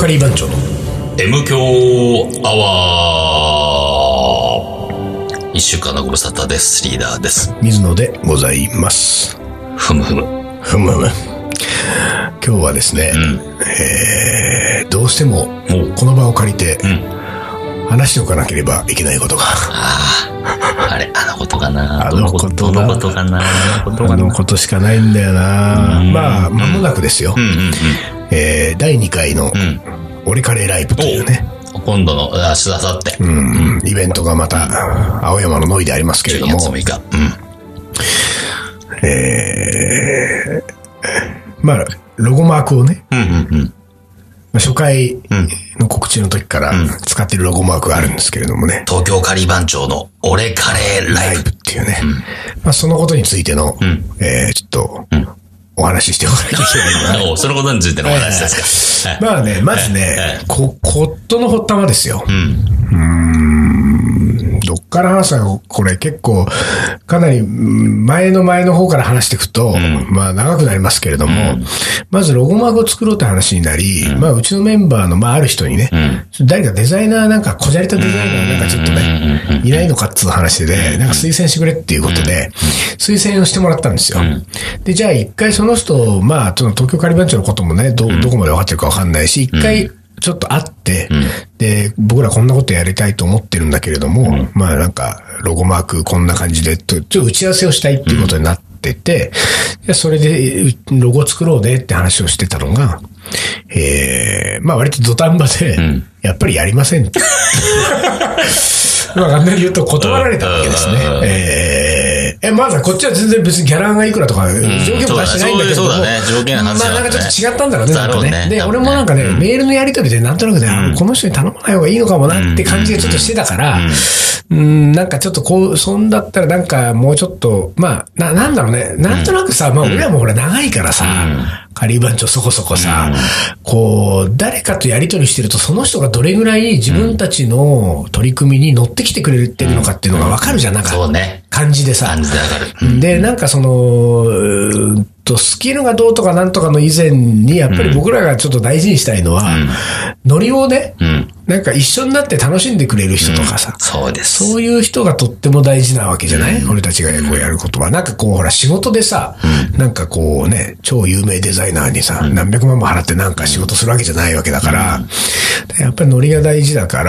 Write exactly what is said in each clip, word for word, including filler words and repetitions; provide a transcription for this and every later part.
カリー番長の M 強アワー。一週間のご無沙汰です。リーダーです。 水野でございます。 ふむふむふむふむ。今日はですね、うん、えー、どうしてもこの場を借りて、うん、話しておかなければいけないことが。 ああ、あれ、あのことかな。 あのことが。あのことかな。 あのことしかないんだよな。まあ、間もなくですよ。うんうんうん、えー、だいにかいの、うん俺カレーライブというね。 今度の、明日、明後日。 うん、うん。イベントがまた、青山のノイでありますけれども。 じゅうにがつむいか。 うん。えー、まあ、ロゴマークをね。うんうんうん。初回の告知の時から使ってるロゴマークがあるんですけれどもね。 東京カリー番長の俺カレーライブっていうね。うん、まあ、そのことについての、うん、えー、ちょっと、うんお話ししておかなきゃいけないな。 おそのことについてのお話ですか。 はいはい、まあね、まずね、はいはい、こ、ことの発端はですよ。うん。うーんどっから話したのこれ結構、かなり前の前の方から話していくと、うん、まあ長くなりますけれども、うん、まずロゴマークを作ろうって話になり、うん、まあうちのメンバーの、まあある人にね、うん、誰かデザイナーなんかこじゃれたデザイナーなんかちょっとね、いないのかっつう話で、なんか推薦してくれっていうことで、推薦をしてもらったんですよ。で、じゃあ一回その人、まあ、その東京カリー番長のこともね、ど、どこまで分かってるか分かんないし、一回ちょっと会って、うん、で、僕らこんなことやりたいと思ってるんだけれども、うん、まあなんか、ロゴマークこんな感じで、ちょっと打ち合わせをしたいっていうことになってて、うん、それでロゴ作ろうねって話をしてたのが、えー、まあ割と土壇場で、うん、やっぱりやりませんって。まあ、あんなに言うと断られたわけですね。えー、え、まずはこっちは全然別にギャラがいくらとか、条件も出してないんだけども、 そうだね、条件の話だね。 まあなんかちょっと違ったんだろうね、なんかね。で、俺もなんかね、メールのやり取りでなんとなくね、この人に頼まない方がいいのかもなって感じがちょっとしてたから、うん、なんかちょっとこう、そんだったらなんかもうちょっと、まあ、な、なんだろうね、なんとなくさ、まあ俺らもほら長いからさ、カリー番長そこそこさ、こう、誰かとやり取りしてると、その人がどれぐらい自分たちの取り組みに乗ってきてくれてるのかっていうのがわかるじゃん、なんか。 そうね。 感じでさ。 感じでわかる。 で、なんかその、とスキルがどうとかなんとかの以前に、やっぱり僕らがちょっと大事にしたいのは、うん、ノリをね、うん、なんか一緒になって楽しんでくれる人とかさ、 うん、そうです。 そういう人がとっても大事なわけじゃない、うん、俺たちがこうやることは。なんかこう、ほら、仕事でさ、うん、なんかこうね、超有名デザイナーにさ、うん、何百万も払ってなんか仕事するわけじゃないわけだから、うん、やっぱりノリが大事だから、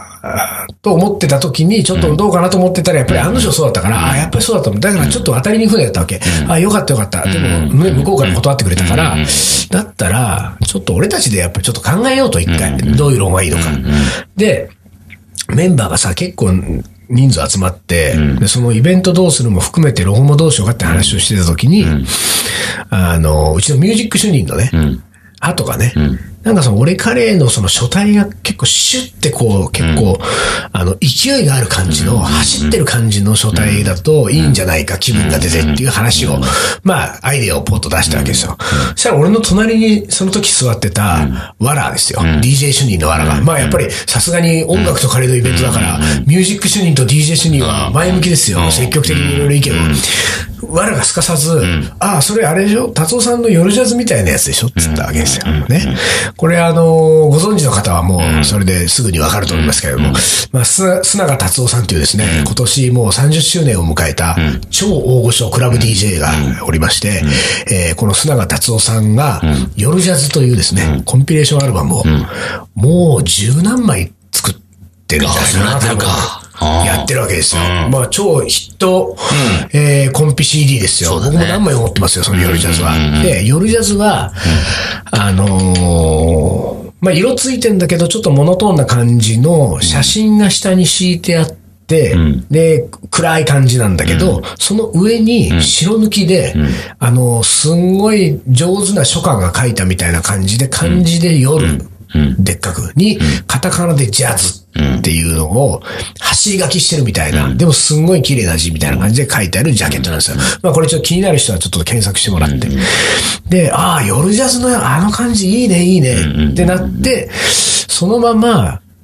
うん、と思ってた時に、ちょっとどうかなと思ってたら、やっぱり案の定そうだったから、うん、あ、やっぱりそうだったもん。だからちょっと当たりに船だったわけ。うん、あ、よかったよかった。でも、向こうから断ってくれたから、うん、だったら、ちょっと俺たちでやっぱりちょっと考えようと一回、うん、どういうロゴがいいのか。うん、で、メンバーがさ、結構人数集まって、うん、で、そのイベントどうするも含めてロゴもどうしようかって話をしてた時に、うん、あの、うちのミュージック主任のね、うんあとかね、うん、なんかその俺カレーのその書体が結構シュッてこう結構、うん、あの勢いがある感じの、うん、走ってる感じの書体だといいんじゃないか、うん、気分が出てっていう話を、うん、まあアイデアをポッと出したわけですよ。うん、そしたら俺の隣にその時座ってたワラですよ。うん、ディージェー 主任のワラが。まあやっぱりさすがに音楽とカレーのイベントだから、うん、ミュージック主任と ディージェー 主任は前向きですよ。うん、積極的にいろいろ意見を。わらがすかさず、うん、ああ、それあれでしょ達夫さんの夜ジャズみたいなやつでしょつったわけですよ。ね。これあの、ご存知の方はもう、それですぐにわかると思いますけれども、まあ、須永達夫さんというですね、今年もうさんじゅっしゅうねんを迎えた、超大御所クラブ ディージェー がおりまして、えー、この須永達夫さんが、夜ジャズというですね、コンピレーションアルバムを、もう十何枚作ってるんじゃないかな。 そうか。 やってるわけですよ。うん、まあ、超ヒット、うんえー、コンピ シーディー ですよ、ね。僕も何枚持ってますよ、その夜ジャズは。うん、で、夜ジャズは、うん、あのー、まあ、色ついてんだけど、ちょっとモノトーンな感じの写真が下に敷いてあって、うん、で、暗い感じなんだけど、うん、その上に白抜きで、うん、あのー、すんごい上手な書家が書いたみたいな感じで、漢字で夜、うんうん、でっかくに、カタカナでジャズっていうのを走り書きしてるみたいな、うん、でもすんごい綺麗な字みたいな感じで書いてあるジャケットなんですよ。まあこれちょっと気になる人はちょっと検索してもらって。で、ああ、夜ジャズのあの感じいいねいいねってなって、そのまま、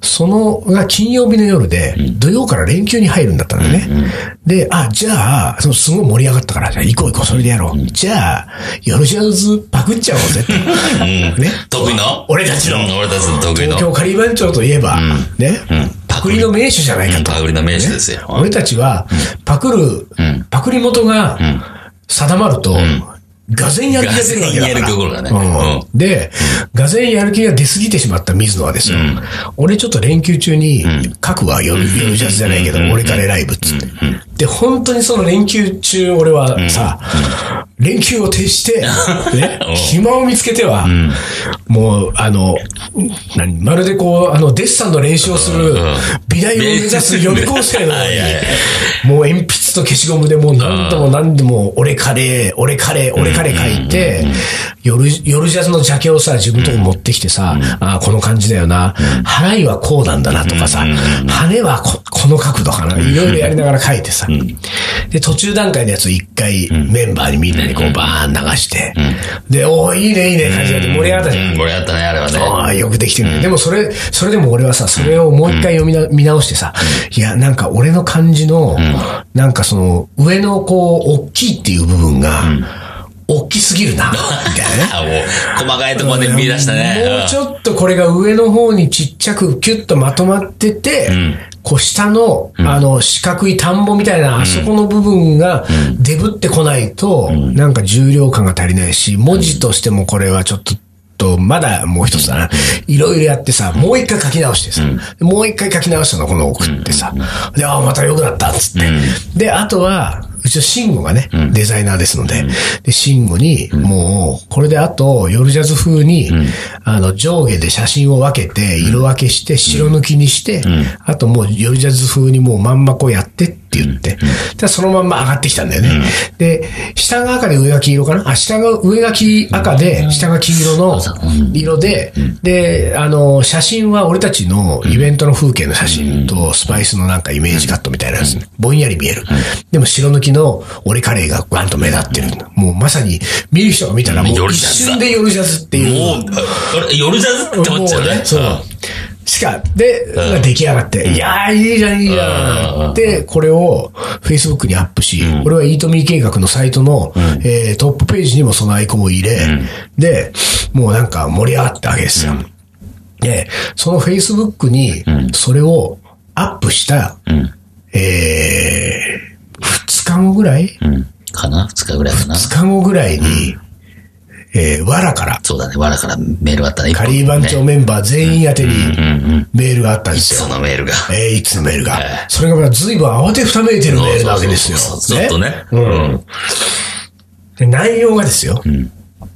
そのが金曜日の夜で、土曜から連休に入るんだったんだよね。うんうん、で、あ、じゃあ、そのすごい盛り上がったから、じゃあ行こう行こう、それでやろう。うん、じゃあ、夜ジャズパクっちゃおうぜって。 うん、ね。得意の俺たちの。 うん、俺たちの得意の。 東京カリバン町といえば、うん、ね、うん。パクリの名手じゃないかと。 うん、パクリの名手ですよ。ね、 俺たちは、パクる、うん、パクリ元が定まると、うんがぜんやる気が出るわけだから。がぜんやる気が、ねうん、で、がぜんやる気が出すぎてしまった水野はですよ。うん、俺ちょっと連休中に、書くは夜、夜ジャズじゃないけど、俺からライブっつって。で、本当にその連休中、俺はさ、連休を徹して、ね、暇を見つけては、もう、あの、何、まるでこう、あの、デッサンの練習をする、美大を目指す予備校生のように、もう鉛筆と消しゴムでもう何度も何度も、俺カレー、俺カレー、俺カレー書いて、夜、夜ジャズのジャケをさ、自分のとこ持ってきてさ、ああ、この感じだよな、払いはこうなんだなとかさ、羽は こ, この角度かな、いろいろやりながら書いてさ、で、途中段階のやつを一回メンバーにみんなにこうバーン流して、で、おー、いいねいいね感じで盛り上がったじゃん。 盛り上がったね、あれはね。 ああ、よくできてるね。でもそれ、それでも俺はさ、それをもう一回読みな、見直してさ、いや、なんか俺の感じの、なんかその、上のこう、大きいっていう部分が、大きすぎるな、みたいなね。 もう、細かいところで見出したね。 もうちょっとこれが上の方にちっちゃくキュッとまとまってて、うん、こう下の、うん、あの、四角い田んぼみたいな、あそこの部分がデブってこないと、うん、なんか重量感が足りないし、文字としてもこれはちょっと、と、まだもう一つだな。いろいろやってさ、もう一回書き直してさ、うん、もう一回書き直したの、この送ってさ。で、ああ、また良くなった、つって。うん、で、あとは、うちのシンゴがね、うん、デザイナーですので、うん、で、シンゴに、もう、これであと、夜ジャズ風に、うん、あの、上下で写真を分けて、色分けして、白抜きにして、うん、あともう夜ジャズ風にもうまんまこうやってって言って、うん、でそのまんま上がってきたんだよね。うん、で、下が赤で上が黄色かなあ、下が、上が黄赤で、下が黄色の色で、うん、で、あの、写真は俺たちのイベントの風景の写真と、スパイスのなんかイメージカットみたいなやつね。ぼんやり見える。でも白抜きの俺カレーがガンと目立ってる。もうまさに見る人が見たらもう一瞬で夜ジャズっていう。 もう、夜ジャズって思っちゃうね。 そう。しか、で、出来上がって、いやー、いいじゃん、いいじゃん。で、これを Facebook にアップし、俺はイートミー計画のサイトの、えー、トップページにもそのアイコンを入れ、で、もうなんか盛り上がったわけですよ。で、その Facebook にそれをアップした、えー、二日後ぐらい、 うん、かな二日ぐらいかな二日後ぐらいに、うんえー、わらから。 そうだね、わらからメールがあったね。 カリー番長メンバー全員宛てにメールがあったんですよ。 いつのメールが。 えー、いつのメールが。えー、それが随分慌てふためいてるメールなわけですよ。 そうそうそうちょっとね。 うん。で内容がですよ。うん。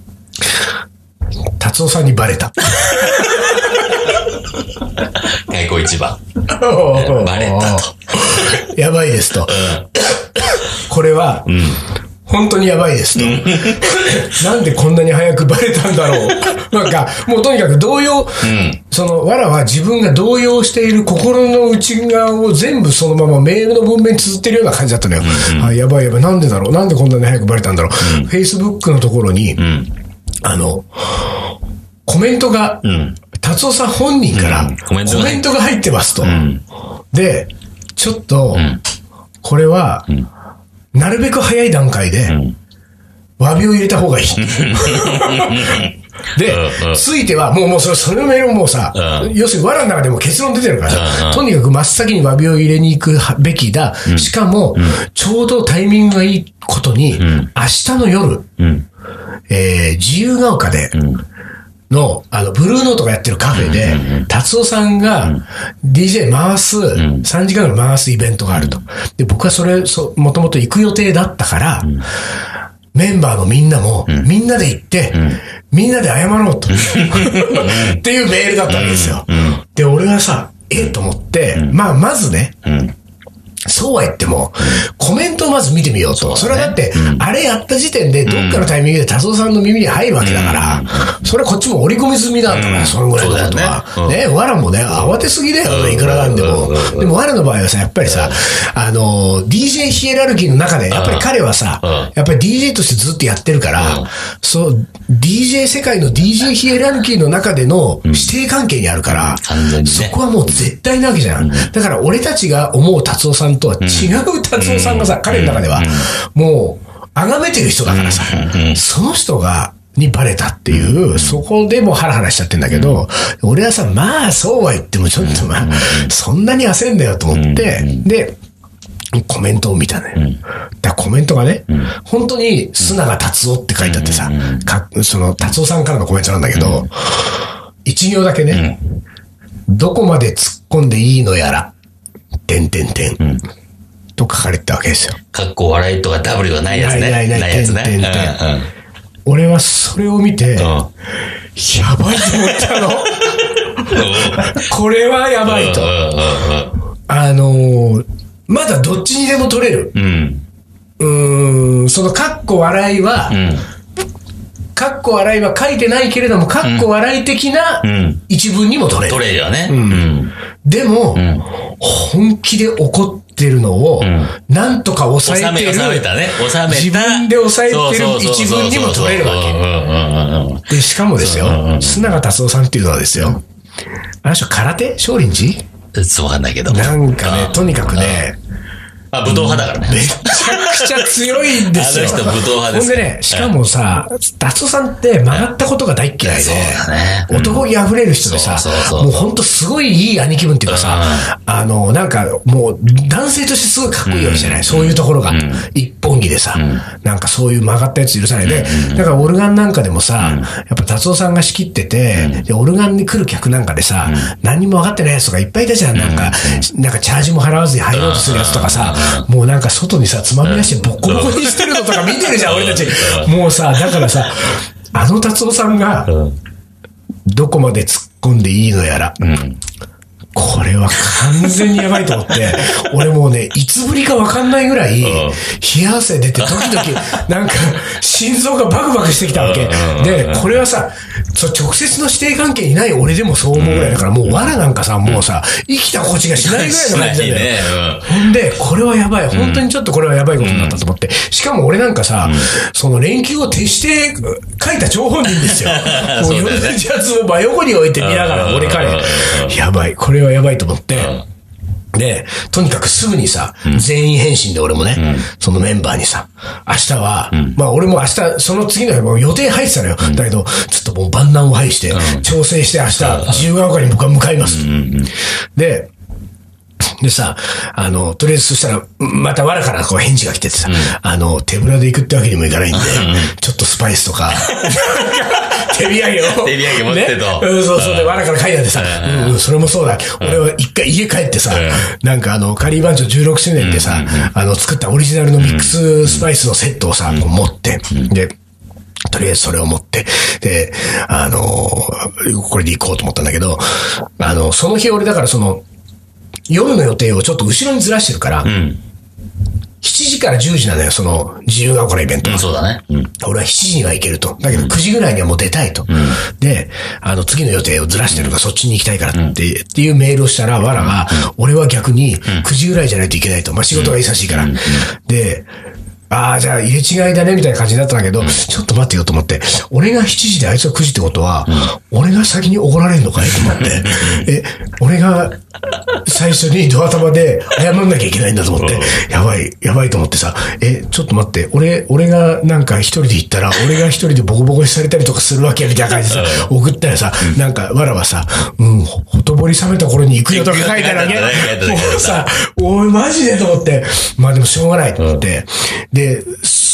達夫さんにバレた。 開口一番。バレたと。 やばいですと。うん、これは、うん本当にやばいですと。なんでこんなに早くバレたんだろう。なんか、もうとにかく動揺、うん、その、わらは自分が動揺している心の内側を全部そのままメールの文面に綴ってるような感じだったのよ。うんうん、あやばいやばい、なんでだろうなんでこんなに早くバレたんだろう、うん、Facebook のところに、うん、あの、コメントが、うん、達夫さん本人から、うん、コメントが、コメントが入ってますと。うん、で、ちょっと、うん、これは、うんなるべく早い段階で、詫びを入れた方がいい。で、ついては、もう、もうそれ、そのメールをもうさ、要するに、藁の中でも結論出てるからさ、とにかく真っ先に詫びを入れに行くべきだ。しかも、ちょうどタイミングがいいことに、明日の夜、えー、自由が丘で、の、あの、ブルーノートがやってるカフェで、達夫さんが ディージェー 回す、さんじかんぐらい回すイベントがあると。で、僕はそれ、そもともと行く予定だったから、メンバーのみんなも、みんなで行って、みんなで謝ろうと。っていうメールだったわけですよ。で、俺はさ、ええと思って、まあ、まずね、 そうは言っても、コメントをまず見てみようと。それはだって、あれやった時点で、どっかのタイミングで達夫さんの耳に入るわけだから、それはこっちも織り込み済みなんだから、そのぐらいのことは。ね、わらもね、慌てすぎだよ、いくらなんでも。でも、わらの場合はさ、やっぱりさ、あの、ディージェー ヒエラルキーの中で、やっぱり彼はさ、やっぱり ディージェー としてずっとやってるから、そう、ディージェー 世界の ディージェー ヒエラルキーの中での指定関係にあるから、そこはもう絶対なわけじゃん。だから俺たちが思う達夫さんとは違う達夫さんがさ、彼の中では、もう、崇めてる人だからさ、その人が、にバレたっていう、そこでもハラハラしちゃってんだけど、俺はさ、まあそうは言ってもちょっとまあ、そんなに焦んだよと思って、で、コメントを見たね。うん、だコメントがね、うん、本当に須永達夫って書いてあってさ、うん、かその達夫さんからのコメントなんだけど、うん、一行だけね、うん、どこまで突っ込んでいいのやら、てんてんてん、と書かれてたわけですよ。 かっこ笑いとか W がないやつね。 ないないない、てんてんてん。俺はそれを見て、うん、やばいと思ったの。これはやばいと。あのー、まだどっちにでも取れる。うん。うーん、そのカッコ笑いは、うん、カッコ笑いは書いてないけれども、カッコ笑い的な一文にも取れる。 取れるよね。 うんうん、でも、うん、本気で怒ってるのを、うん、なんとか抑えてる。 収めたね。収めた。 自分で抑えてる一文にも取れるわけ。で、しかもですよ、須永達夫さんっていうのはですよ、あの人空手少林寺そうわかんないけど。 なんかね、とにかくね、 あ、武闘派だからね。 めちゃくちゃ強いんですよ。 あの人武闘派です。 ほんでね、しかもさ、達夫さんって曲がったことが大っ嫌いで、 そうだね、 男気溢れる人でさ、もうほんとすごいいい兄貴分っていうかさ、あの、なんかもう男性としてすごいかっこいいわけじゃない。そういうところが。一本気でさ、なんかそういう曲がったやつ許さないで、だからオルガンなんかでもさ、やっぱ達夫さんが仕切ってて、で、オルガンに来る客なんかでさ、何にも分かってないやつとかいっぱいいたじゃん。なんか、なんかチャージも払わずに入ろうとするやつとかさ、もうなんか外にさ、つまみ出してボッコボコにしてるのとか見てるじゃん、俺たち。もうさ、だからさ、あの達夫さんが、どこまで突っ込んでいいのやら、うん、これは完全にやばいと思って、俺もうね、いつぶりかわかんないぐらい、冷や汗出て、ドキドキ、なんか、心臓がバクバクしてきたわけ。で、これはさ、直接の師弟関係にない俺でもそう思うぐらいだから、もう藁なんかさ、もうさ、生きた心地がしないぐらいの感じなんだよ。ほんで、これはやばい。本当にちょっとこれはやばいことになったと思って。しかも俺なんかさ、その連休を徹して書いた張本人ですよ。もう夜のジャズを真横に置いて見ながら、俺彼、やばい。これはやばいと思って。で、とにかくすぐにさ、うん、全員返信で俺もね、うん、そのメンバーにさ、明日は、うん、まあ俺も明日、その次の日も予定入ってたのよ。うん、だけど、ちょっともう万難を排して、うん、調整して明日、自由が丘に僕は向かいます。うんうん、で、でさ、あの、とりあえずそしたら、また藁からこう返事が来ててさ、うん、あの、手ぶらで行くってわけにもいかないんで、うん、ちょっとスパイスとか、手土産を。 手土産持ってと。 ね、うん、そうそうで、藁から書いてあってさ、うん、うん、それもそうだ。俺は一回家帰ってさ、うん、なんかあの、カリー番長じゅうろくしゅうねんでさ、うん、あの、作ったオリジナルのミックススパイスのセットをさ、こう持って、で、とりあえずそれを持って、で、あの、これで行こうと思ったんだけど、あの、その日俺だからその、夜の予定をちょっと後ろにずらしてるから、うん、しちじからじゅうじなのよ、その自由が丘のイベントは。 うん、そうだね。うん、 俺はしちじには行けると。だけどくじぐらいにはもう出たいと。うん、で、あの次の予定をずらしてるから、そっちに行きたいからって、うん、っていうメールをしたら、わらが、うん、俺は逆にくじぐらいじゃないといけないと。まあ仕事が忙しいから。うん、で、ああ、じゃあ入れ違いだね、みたいな感じだったんだけど、うん、ちょっと待ってよと思って、俺がしちじであいつがくじってことは、うん、俺が先に怒られるのかいと思って、え、俺が最初にドア玉で謝んなきゃいけないんだと思って、やばい、やばいと思ってさ、え、ちょっと待って、俺、俺がなんか一人で行ったら、俺が一人でボコボコにされたりとかするわけみたいな感じでさ、送ったらさ、なんか、わらはさ、うん、ほとぼり冷めた頃に行くよとか書いてあるわけ。もうさ、おい、マジでと思って、まあでもしょうがないと思って、で、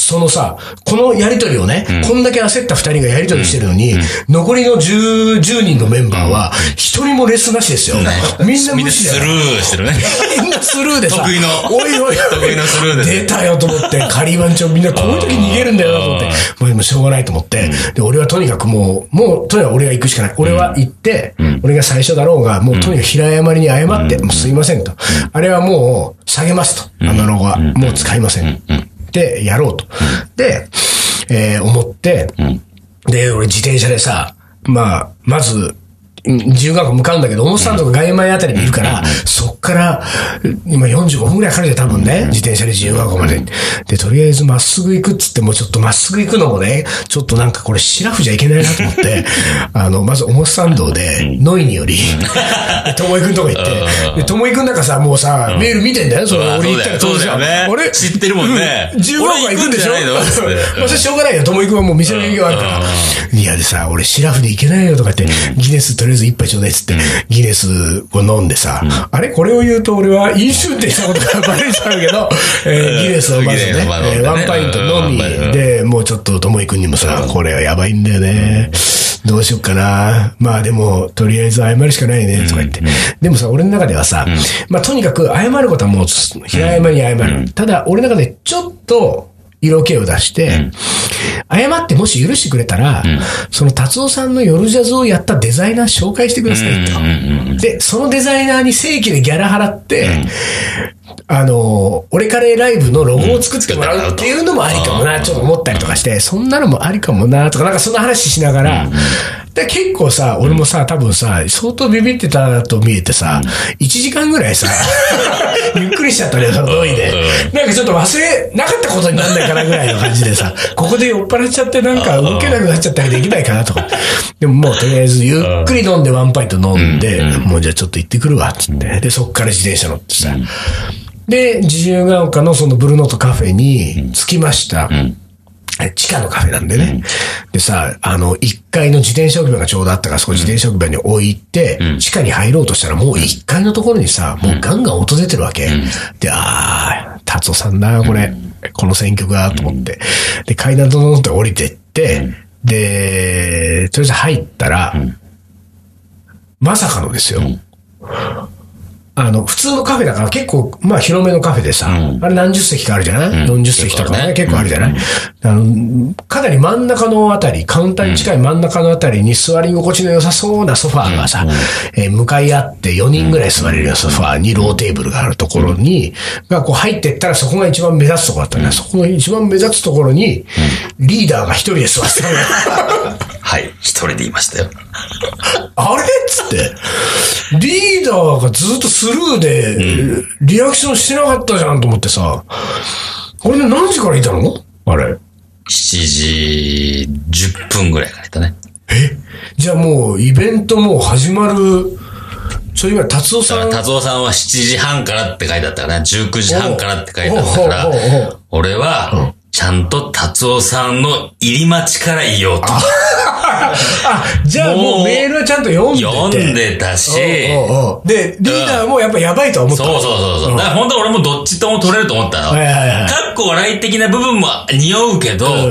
そのさ、このやりとりをね、うん、こんだけ焦った二人がやりとりしてるのに、うんうん、残りのじゅう、じゅうにんのメンバーは、一人もレスなしですよ。ね、みんな無視だよ。 みんなスルーしてるね。 みんなスルーでさ、 得意の、 おいおい、 得意のスルーで、 出たよと思って、カリーマンチョみんなこういう時逃げるんだよなと思って、もう今しょうがないと思って、うん、で、俺はとにかくもう、もう、とにかく俺が行くしかない。俺は行って、うん、俺が最初だろうが、もうとにかく平謝りに謝って、うん、もうすいませんと。うん、あれはもう、下げますと。あのロゴは、もう使いません。で、やろうと。で、えー、思って、で、俺自転車でさ、まあ、まず、自由が丘向かうんだけど、表参道が外前あたりにいるから、そっから、今よんじゅうごふんくらいかかるで多分ね、自転車で自由が丘まで。で、とりあえずまっすぐ行くっつっても、ちょっとまっすぐ行くのもね、ちょっとなんかこれ、シラフじゃいけないなと思って、あの、まず表参道で、ノイにより、ともいくんとこ行って、で、ともいくんなんかさ、もうさ、メール見てんだよ、それ。俺行ったら当然。あれ知ってるもんね。 自由が丘行くんでしょまあ、それしょうがないよ。ともいくんはもう店の営業あるから。いやでさ、俺シラフで行けないよとか言って、ギネスとりあえず一杯ちょうだいっつって、ギネスを飲んでさ、あれこれを言うと俺は飲酒運転したことがバレちゃうけど、えー、ギネスをまずね、えー、ワンパイント飲みで、もうちょっとともいくんにもさ、これはやばいんだよね。どうしよっかな。まあでも、とりあえず謝るしかないね、とか言って。でもさ、俺の中ではさ、まあとにかく謝ることはもう、平謝りに謝る。ただ、俺の中でちょっと、色気を出して、うん、謝ってもし許してくれたら、うん、その達夫さんの夜ジャズをやったデザイナー紹介してくださいと。で、そのデザイナーに正規でギャラ払って、うん、あの、俺カレーライブのロゴを作ってもらうっていうのもありかもな、ちょっと思ったりとかして、そんなのもありかもな、とか、なんかそんな話しながら、うん、で結構さ、俺もさ、多分さ、相当ビビってたと見えてさ、いちじかんぐらいさ、ゆっくりしちゃったね、その通りで。なんかちょっと忘れなかったことになんないかなぐらいの感じでさ、ここで酔っ払っちゃってなんか動けなくなっちゃったりできないかなとか。でももうとりあえずゆっくり飲んでワンパイント飲んで、もうじゃあちょっと行ってくるわ、つって。で、そっから自転車乗ってさ。で、自由が丘のそのブルーノートカフェに着きました。地下のカフェなんでね。うん、でさ、あの、いっかいの自転車置き場がちょうどあったから、そこ自転車置き場に置いて、うん、地下に入ろうとしたら、もういっかいのところにさ、もうガンガン音出てるわけ。うん、で、あー、達夫さんだ、これ、うん、この選曲が、と思って。で、階段どんどんって降りてって、うん、で、とりあえず入ったら、うん、まさかのですよ。うんあの、普通のカフェだから結構、まあ広めのカフェでさ、うん、あれ何十席かあるじゃない、うん、よんじゅっせきとかね、結構あるじゃない、うん、あの、かなり真ん中のあたり、カウンターに近い真ん中のあたりに座り心地の良さそうなソファーがさ、うんえー、向かい合ってよにんぐらい座れるようなソファーにローテーブルがあるところに、がこう入ってったらそこが一番目立つところだったんだ、うん、そこの一番目立つところに、リーダーが一人で座ってたのよ。 はい、一人でいましたよ。 あれっつって、リーダーがずっとスルーで、リアクションしてなかったじゃんと思ってさ、これで何時からいたのあれ。 しちじじゅっぷんぐらいからいたね。 えじゃあもうイベントもう始まる、それ今、達夫さん。 達夫さんはしちじはんからって書いてあったからね。じゅうくじはんからって書いてあったから、俺は、ちゃんと達夫さんの入り待ちからいようと。 あ、じゃあもうメールはちゃんと読んでて。 読んでたし。 おうおうで、リーダーもやっぱやばいと思った。 そうそうそうそう。だから本当は俺もどっちとも取れると思ったの。はいはいはい。かっこ笑い的な部分も匂うけど、うんうん、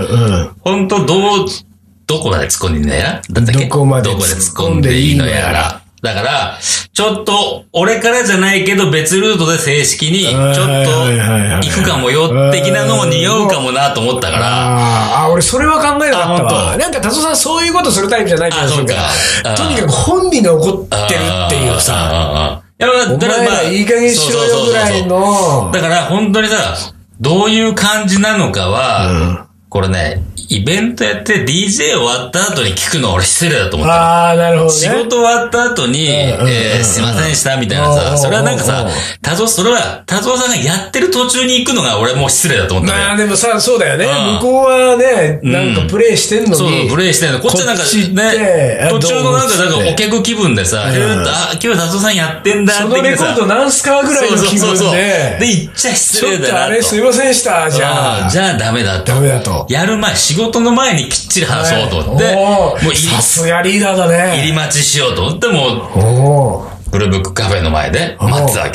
本当どう、どこまで突っ込んでいいのやらだったっけどこまで突っ込んでいいのやら。だから、ちょっと、俺からじゃないけど別ルートで正式に、ちょっと、行くかもよ、的なのも匂うかもなと思ったから。 ああ、俺それは考えなかったわ。なんか、達夫さんそういうことするタイプじゃない気がするから。とにかく本人が怒ってるっていうさ。 やっぱ、 お前らいい加減しろよぐらいの。 だから、本当にさ、どういう感じなのかは、うん、これね、イベントやって ディージェー 終わった後に聞くの俺失礼だと思った。 ああ、なるほど、ね。 仕事終わった後に、えー、すいませんでしたみたいなさ、それはなんかさ、たぞ、それは、たぞさんがやってる途中に行くのが俺もう失礼だと思った。 まあでもさ、そうだよね。向こうはね、なんかプレイしてんのに。 そうそう、プレイしてんの。こっちはなんかね、途中のなんか、なんかお客気分でさ、えー、あ、今日たぞさんやってんだって。 そのレコードなんすかぐらいの気分で。 で、言っちゃ失礼だなと。 ちょっとあれすいませんでした、じゃあ。 じゃあダメだと。 ダメだと。 やる前、仕事の前にきっちり話そうと思って、 もうさすがリーダーだね。 入り待ちしようと思って、もう、グルーブックカフェの前で待ってたわけよ。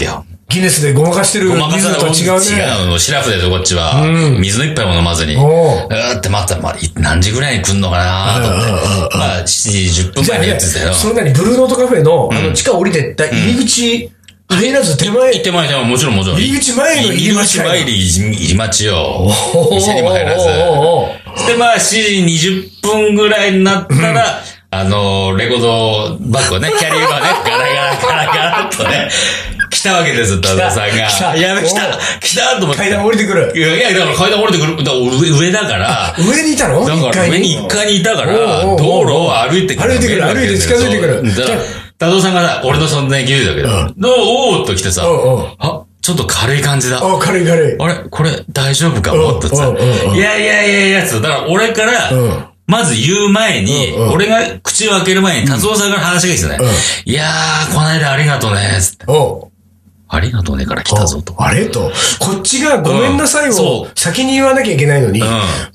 ギネスでごまかしてる水野とは違うね。 違うの。シラフでとこっちは、水の一杯も飲まずに、うーって待ったら、まあ、何時ぐらいに来んのかなと思って。まあ、しちじじゅっぷんまえに言ってたよ。 そんなにブルーノートカフェの、あの、地下降りてった入り口、入らず手前。 手前、手前、もちろんもちろん。 入り口前の入り口前に入り待ちよ。店にも入らず。で、まあ、しちじにじゅっぷんぐらいになったら、あの、レコードバッグをね、キャリーバーね、ガラガラガラガラっとね、来たわけです、太田さんが。いや、来た来たと思って。 階段降りてくる。 いや、いや、だから階段降りてくる。だから上だから。 上にいたの？ だから上にいっかいにいたから、道路を歩いてくる。 歩いてくる、歩いて近づいてくる。 太田さんがさ、俺の存在に気づいたけど、おーっと来てさ、あ、ちょっと軽い感じだ。 あ、軽い軽い。 あれこれ大丈夫かもってさ、いやいやいやいや、だから俺から、まず言う前に、うんうん、俺が口を開ける前に、達夫さんから話が来てね、うん、いやー、この間ありがとうね、つって。ありがとうねから来たぞと。 あれと、こっちがごめんなさいを先に言わなきゃいけないのに、うん、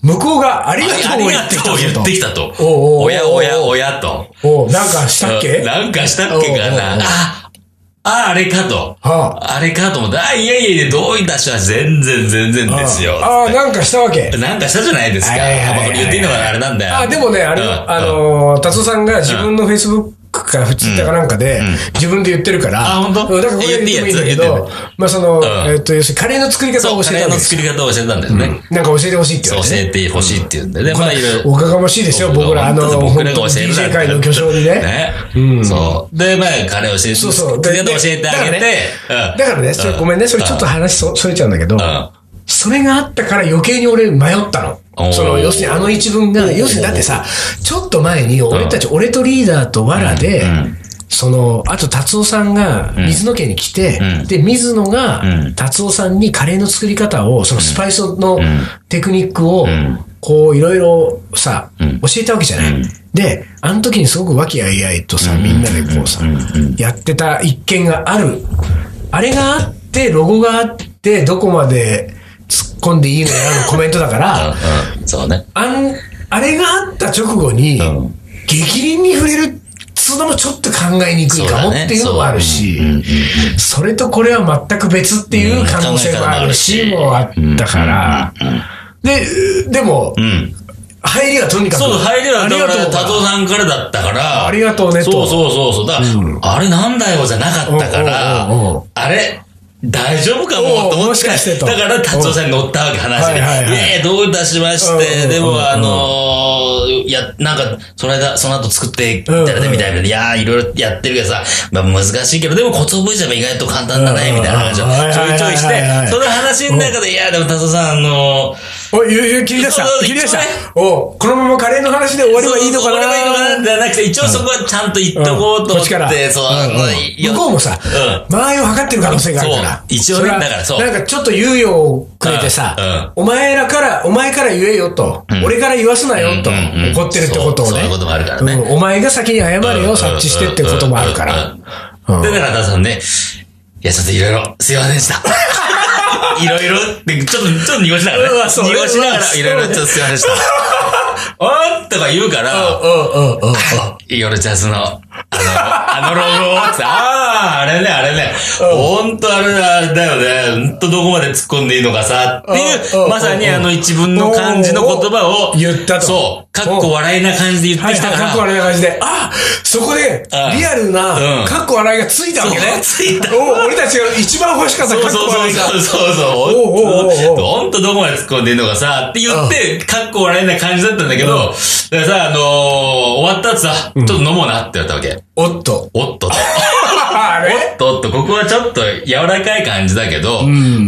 向こうがありがとうを言ってきたと。 言ってきたと。おやおやおやと。 おなんかしたっけなんかしたっけかな。ああ、あれかと。はあ、あれかと思って、あ、いやいやいや、どういたしは全然全然ですよ。 ああ、なんかしたわけ。 なんかしたじゃないですか。あ、これ言っていいのかなあれなんだよ。 あ、でもね、あれ、あの、達夫さんが自分のフェイスブックかツイッターかなんかで、自分で言ってるから、 あ、本当？ だからこれ言ってもいいんだけど、まあその、えっと、要するにカレーの作り方を教えたんです。 カレーの作り方を教えたんですね。 なんか教えてほしいって言われて。 教えてほしいって言うんでね。 まあいろいろ。おかがましいですよ、僕ら、あの、 僕らが教えるディージェー 界の巨匠にね。 ね。そう。で、まあカレーを教えて、そうそう。で、教えてあげて。 だからね、それごめんね、それちょっと話それちゃうんだけど、それがあったから余計に俺迷ったの。その、要するにあの一文が、要するにだってさ、ちょっと前に俺たち、俺とリーダーとわらで、その、あと達夫さんが水野家に来て、で、水野が達夫さんにカレーの作り方を、そのスパイスのテクニックを、こういろいろさ、教えたわけじゃない。で、あの時にすごく和気あいあいとさ、みんなでこうさ、やってた一件がある。あれがあって、ロゴがあって、どこまで突っ込んでいいのやのコメントだから、 そうね。 あん、あれがあった直後に、激鱗に触れるつうのもちょっと考えにくいかもっていうのもあるし、それとこれは全く別っていう可能性もあるし、もあったから、で、でも、入りがとにかく。 そう、入りは、だから、達夫さんからだったから、 ありがとうねと。 そうそうそうそう。だから、あれなんだよじゃなかったから、あれ大丈夫かもと思って。もしかしてと。だから、達夫さんに乗ったわけ、話で。いやいや、どういたしまして、でも、あの、いや、なんか、その間、その後作っていったらね、みたいな。いや、いろいろやってるけどさ、まあ難しいけど、でもコツ覚えちゃえば意外と簡単だね、みたいな話をちょいちょいして、その話の中で、いや、でも達夫さん、あの、 おい、ゆう、切り出した。切り出した。おこのままカレーの話で終わればいいのかな。 終わればいいのかなじゃなくて、一応そこはちゃんと言っとこうと思って、そう、 向こうもさ、間合いを測ってる可能性があるから。 一応ね、だからそう。 なんかちょっと猶予をくれてさ、お前らから、お前から言えよと、俺から言わすなよと、怒ってるってことをね。 そういうこともあるからね。 お前が先に謝れよ、察知してってこともあるから。 で、だから、さんね、いや、ちょっといろいろ、すいませんでした。いろいろって、ちょっと、ちょっと濁しながらね。濁しながら、いろいろ、ちょっとすいませんでした。おーとか言うから、夜ジャズの、あの、あのロゴを、ああ、あれね、あれね、ほんとあれだよね、ほんとどこまで突っ込んでいいのかさ、っていう、まさにあの一文の漢字の言葉を、 言ったと。 そう、かっこ笑いな感じで言ってきたから。 かっこ笑いな感じで、あそこで、リアルな、かっこ笑いがついたわけね。 ついた。 俺たちが一番欲しかったかっこ笑いが。 そうそうそう。ほんとどこまで突っ込んでいいのかさ、って言って、かっこ笑いな感じだったんだけど、だからさ、あのー、終わった後さ、ちょっと飲もうなって言われたわけ。 おっと。 おっとと。 あれおっとっと、ここはちょっと柔らかい感じだけど、うん、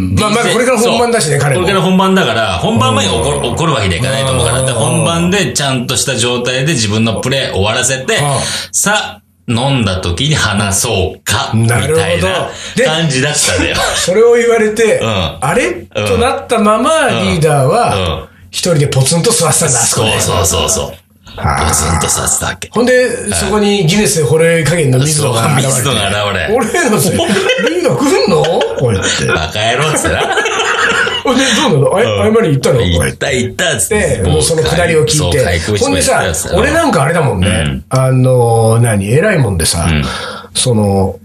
まあまあこれから本番だしね、彼も。 これから本番だから、本番前に怒る、怒るわけにはいかないと思うから、本番でちゃんとした状態で自分のプレー終わらせて、さあ、飲んだ時に話そうか、みたいな感じだったんだよ。 それを言われて、うん、あれ、うん、となったままリーダーは、一人でポツンと座ってたんだ、あそこで。 そうそうそうそう。ポツンと座ってたわけ。 ほんで、そこにギネスで惚れ加減の水野が現れて。 水野が現れ。 俺のせい、リーダー来んのこうやって。 バカ野郎っつってな。 ほんで、どうなのあ、謝り行ったの行った行ったっつって。 もうそのくだりを聞いて。ほんでさ、俺なんかあれだもんね。あの、何、偉いもんでさ、その、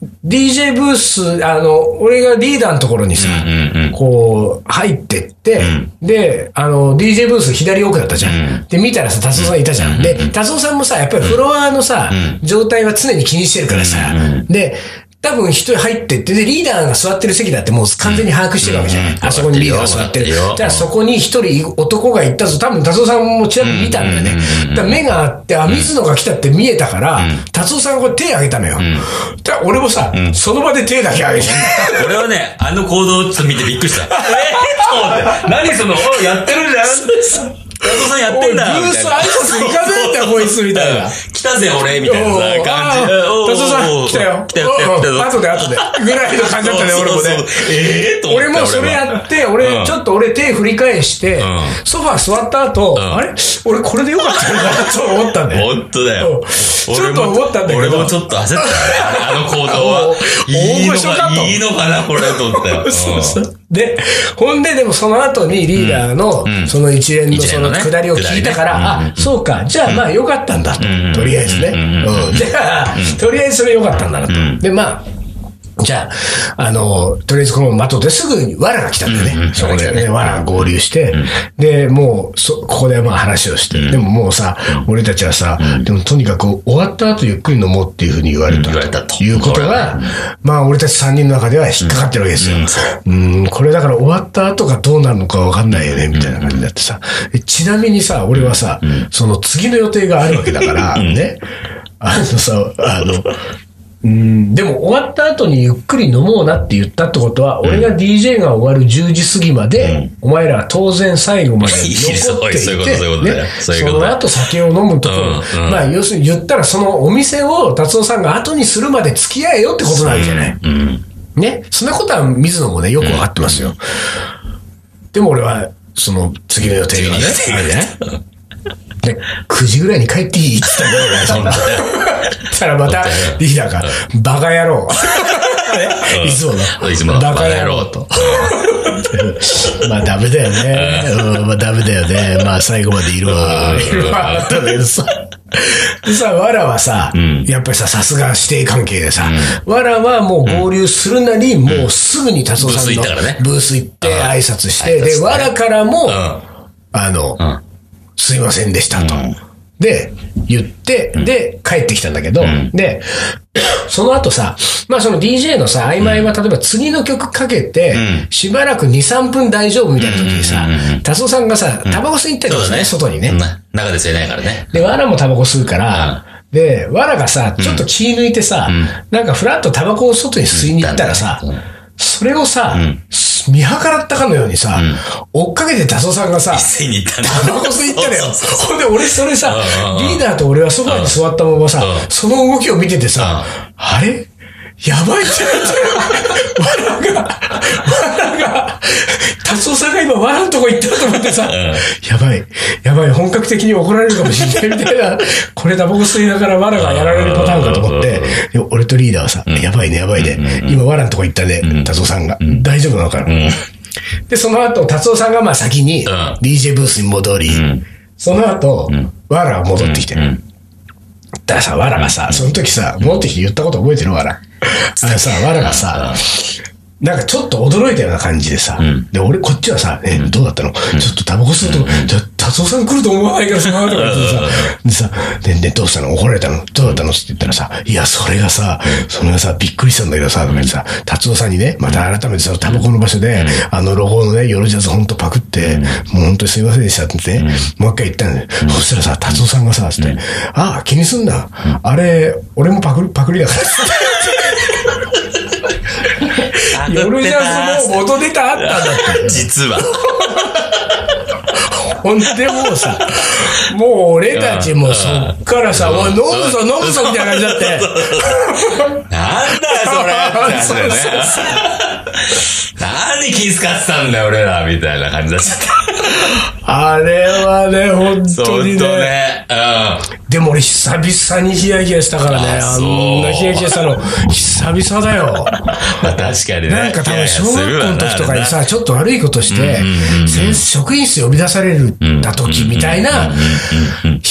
ディージェー ブース、あの、俺がリーダーのところにさ、うんうんうん、こう、入ってって、うん、で、あの、ディージェー ブース左奥だったじゃん。うん、で、見たらさ、達夫さんいたじゃん。うん、で、達夫さんもさ、やっぱりフロアのさ、うん、状態は常に気にしてるからさ、うんうん、で、多分一人入ってって、で、リーダーが座ってる席だってもう完全に把握してるわけじゃない。うん、あそこにリーダーが座ってる。じゃあそこに一人男が行ったぞ。多分達夫さんもちらっと見たんだよね。だから目があって、あ、水野が来たって見えたから、達夫さんがこれ手挙げたのよ。うん、だから俺もさ、うん、その場で手だけ挙げて。 俺はね、あの行動をちょっと見てびっくりした。えー、と思って。何その、おやってるじゃん。達夫さんやってんだ。 ブース挨拶行かねえんだよ、こいつ、みたいな。 来たぜ、俺、みたいな感じ。 達夫さん、来たよ。 来たよ、来たよ。 後で、後で。ぐらいの感じだったね、俺もね。 ええと思って。 俺もそれやって、俺、ちょっと俺手振り返して、ソファー座った後、あれ俺これでよかったのかなと思ったんだよ。 本当だよ。 ちょっと思ったんだけど。 俺もちょっと焦ったよね。あの行動は。いいのか、いいのかな、これ、と思ったよ。 そうそう。で、ほんで、でもその後にリーダーの、その一連のその下りを聞いたから、あ、そうか、じゃあまあよかったんだと。とりあえずね。うん。じゃあ、とりあえずそれよかったんだなと。で、まあ、じゃあ、あの、とりあえずこの的ですぐに藁が来たんだよね。そこでね、藁が合流して、で、もう、そ、ここでまあ話をして、でももうさ、俺たちはさ、でもとにかく終わった後ゆっくり飲もうっていうふうに言われたということが、まあ俺たちさんにんの中では引っかかってるわけですよ。うん、これだから終わった後がどうなるのかわかんないよね、みたいな感じになってさ。ちなみにさ、俺はさ、その次の予定があるわけだから、ね、あのさ、あの、うん、でも終わった後にゆっくり飲もうなって言ったってことは、うん、俺が ディージェー が終わるじゅうじ過ぎまで、うん、お前らは当然最後まで残っていて、ね、その後酒を飲むところ、うんうん、まあ要するに言ったらそのお店を達夫さんが後にするまで付き合えよってことなわけじゃない。うん、ね。そんなことは水野もね、よくわかってますよ。うん、でも俺は、その次の予定がね、あれね。で、くじぐらいに帰っていいって言ったんだよね。そしたらまたリーダーが、バカ野郎。いつもの。 いつもの。 バカ野郎と。まあダメだよね。うん、まあダメだよね。まあ最後までいるわ。いるわ。だったんだけどさ。でさ、わらはさ、うん、やっぱりさ、さすが指定関係でさ、うん、わらはもう合流するなり、うん、もうすぐに達夫さんのブース行って挨拶して、で、わらからも、うん、あの、うんすいませんでしたと。うん、で、言って、うん、で、帰ってきたんだけど、うん、で、その後さ、まあその ディージェー のさ、曖昧は例えば次の曲かけて、うん、しばらくに、さんぷん大丈夫みたいな時にさ、達夫さんがさ、タバコ吸い行ったりとかね、外にね。 中で吸えないからね。 で、わらもタバコ吸うから、うん、で、わらがさ、ちょっと気抜いてさ、うん、なんかフラッとタバコを外に吸いに行ったらさ、うんそれをさ、うん、見計らったかのようにさ、うん、追っかけて達夫さんがさ、 一斉に行ったタバコ吸い行ったのよ。ほんで俺それさ、リーダーと俺はソファに座ったままさ、その動きを見ててさ、あれやばいんじゃないって、わらが、わらが、達夫さんが今わらのとこ行ったと思ってさ、うん、やばい、やばい、本格的に怒られるかもしれないみたいな、これタバコ吸いながらわらがやられるパターンかと思って、俺とリーダーはさ、うん、やばいね、やばいね、今わらのとこ行ったね、達夫さんが、うん、大丈夫なのかな、うん、で、その後、達夫さんがまあ先に ディージェー ブースに戻り、うん、その後、うん、わらが戻ってきて、うんうんだからさ、わらがさ、その時さ、戻ってきて言ったこと覚えてるわら。あれさ、わらがさ、なんかちょっと驚いたような感じでさ、うん、で、俺こっちはさ、え、どうだったの、うん、ちょっとタバコ吸うと、じゃ達夫さん来ると思わないからさ、とか言ってさ、でさ、で、で、どうしたの怒られたのどうだったのって言ったらさ、いや、それがさ、それがさ、びっくりしたんだけどさ、とか言ってさ、達夫さんにね、また改めてさ、タバコの場所で、あの、ロゴのね、ヨロジャズほんとパクって、もうほんとにすいませんでしたって言って、もう一回言ったんだよ。そしたらさ、達夫さんがさ、つって、ああ、気にすんな。あれ、俺もパクリ、パクリだから。ヨルジャズも元ネタあったんだって。 実は。 ほんでもうさ、もう俺たちもそっからさ、おい飲むぞ飲むぞみたいな感じだって。 なんだよそれって話だよね。何気遣ってたんだよ俺らみたいな感じだった。 あれはね、本当にね。 本当ね。 うん。でも俺久々にヒヤヒヤしたからね。あんなヒヤヒヤしたの久々だよ。 まあ確かにね。 なんか多分小学校の時とかにさ、ちょっと悪いことして、職員室呼び出されるた時みたいな、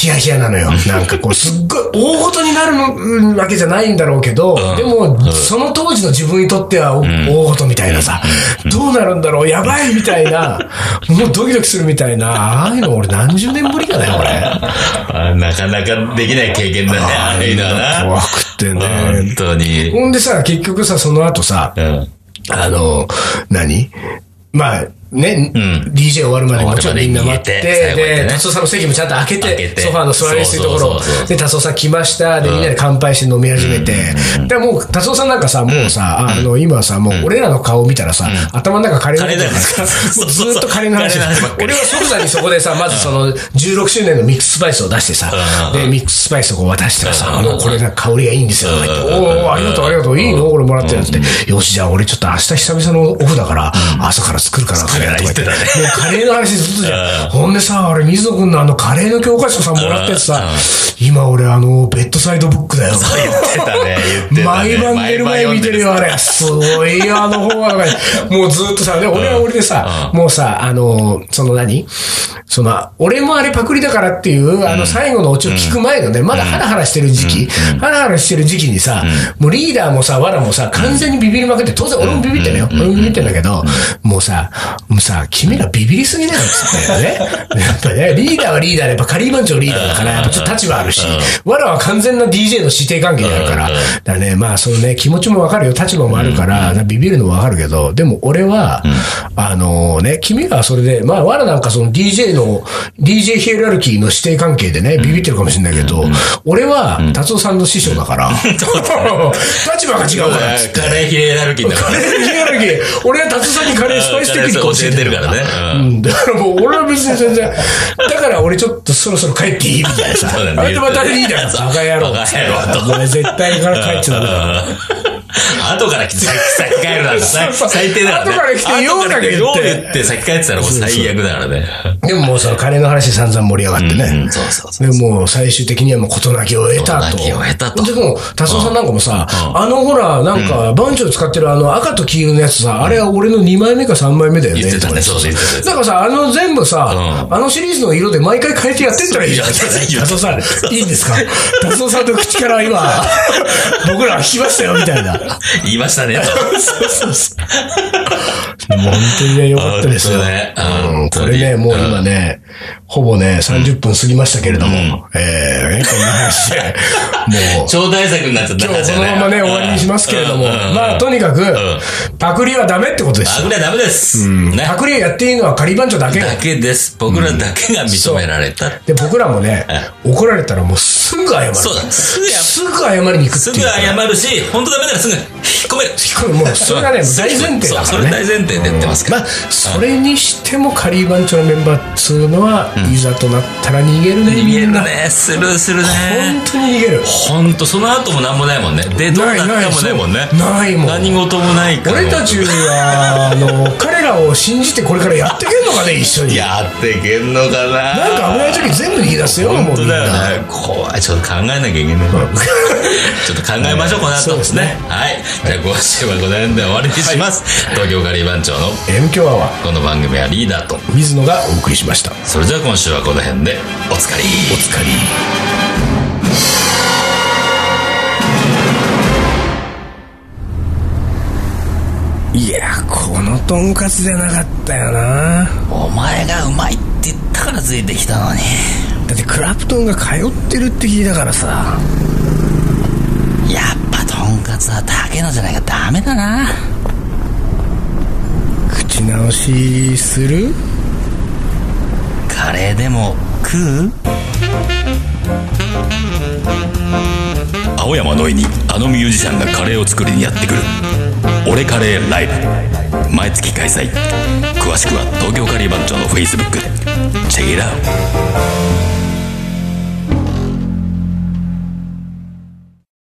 ヒヤヒヤなのよ。なんかこう、すっごい大事になるわけじゃないんだろうけど、うん、でも、うん、その当時の自分にとっては、うん、大事みたいなさ、うん、どうなるんだろう、やばいみたいな、もうドキドキするみたいな、ああいうの俺何十年ぶりかね、俺。 なかなかできない経験だね、ああいうのはな。 怖くてね。 本当に。 ほんでさ、結局さ、その後さ、うん、あの、何まあ、ね、うん、ディージェー 終わるまでもちろんみんな待って、で、達夫さんの席もちゃんと開けて、ソファーの座りやすいところ、で、達夫さん来ました、で、みんなで乾杯して飲み始めて、で、もう、達夫さんなんかさ、もうさ、あの、今さ、もう俺らの顔見たらさ、頭の中カレーの話じゃないですか。もうずっとカレーの話。俺は即座にそこでさ、まずその、じゅうろくしゅうねんのミックススパイスを出してさ、で、ミックススパイスをこう渡したらさ、あの、これが香りがいいんですよ、とか言って、おー、ありがとう、ありがとう、いいの俺もらってるんって、よし、じゃあ俺ちょっと明日久々のオフだから、朝から作るから、カレーとか言って。カレーの話ずっとじゃん。ほんでさ、あれ、水野くんのあの、カレーの教科書さ、もらったやつさ、今俺あの、ベッドサイドブックだよ。 そう言ってたね、言ってたね。 毎晩寝る前見てるよ、あれ。すごいよ、あの本は。もうずっとさ、で、俺は俺でさ、もうさ、あの、その何その、俺もあれパクリだからっていう、あの、最後のオチを聞く前のね、まだハラハラしてる時期、ハラハラしてる時期にさ、もうリーダーもさ、わらもさ、完全にビビりまくって、当然俺もビビってんのよ。俺もビビってんだけど、もうさ、もうさ、君らビビりすぎだよ、つってね。やっぱね、リーダーはリーダーで、やっぱカリー番長リーダーだから、やっぱちょっと立場あるし、わらは完全な ディージェー の指定関係にあるから、だからね、まあ、そのね、気持ちもわかるよ、立場もあるから、ビビるのもわかるけど、でも俺は、あのね、君らはそれで、まあ、わらなんかその ディージェー の、ディージェー ヒエラルキーの指定関係でね、ビビってるかもしれないけど、俺は、達夫さんの師匠だから、立場が違うから。 カレーヒエラルキーだから。 カレーヒエラルキー。俺は達夫さんにカレースパイステクニックを教えてるからね。うん。だからもう俺は別に全然、だから俺ちょっとそろそろ帰っていいみたいなさ。あれとまたリーダーがバカ野郎。バカ野郎。お前絶対から帰っちゃダメだ。 後から来て先帰るなんか最低だからね。 後から来てようだけど。 よう言って先帰ってたらもう最悪だからね。 でももうそのカレーの話散々盛り上がってね。 そうそうそう。 でもう最終的にはもう事なきを得たと。 事なきを得たと。 でも、達夫さんなんかもさ、あのほら、なんか、番長使ってるあの赤と黄色のやつさ、あれは俺のにまいめかさんまいめだよね。 言ってたね、そうそう。 だからさ、あの全部さ、あのシリーズの色で毎回変えてやってったらいいじゃん。達夫さん、いいんですか達夫さんの口から今、僕ら聞きましたよ、みたいな。 言いましたね、と。 そうそうそう。本当にね、よかったですよ。これね、もう今ね、ほぼね、さんじゅっぷん過ぎましたけれども、ええ、こんな話で、もう。 超大作になっちゃった今日このままね、終わりにしますけれども、まあ、とにかく、パクリはダメってことですよ。パクリはダメです。 パクリをやっていいのはカリバンチョだけ。 だけです。僕らだけが認められた。 で、僕らもね、怒られたらもうすぐ謝る。 そうだ。すぐ謝りに行くっていう。 すぐ謝るし、本当ダメならすぐ引っ込める。引っ込める。もう、それがね、大前提だからね。 それ大前提でやってますから。 まあ、それにしてもカリー番長のメンバーっつうのは、いざとなったら逃げるね。 逃げるね。するするね。 本当に逃げる。 本当その後も何もないもんね。で、どうなったもないもんね。 ないもん。 何事もないから。 俺たちは、あの、彼らを信じてこれからやってけんのかね、一緒に。 やってけんのかな。 なんか危ない時全部逃げ出すよ、 本当だよね。怖い。ちょっと考えなきゃいけない。ちょっと考えましょう、この後。そうですね。はい。じゃあ、今週はこの辺で終わりにします。東京カリー番長のエム 強アワー。 この番組はリーダーと水野がお送りしました。 それじゃあ今週はこの辺でおつかり。 おつかり。いや、このとんかつじゃなかったよな。 お前がうまいって言ったからついてきたのに。 だってクラプトンが通ってるって聞いたからさ。 やっぱとんかつは竹野じゃないかダメだな。 口直しする？ カレーでも食う？青山のいにあのミュージシャンがカレーを作りにやってくる。俺カレーライブ毎月開催。詳しくは東京カリー番長のフェイスブックでチェックイットアウト。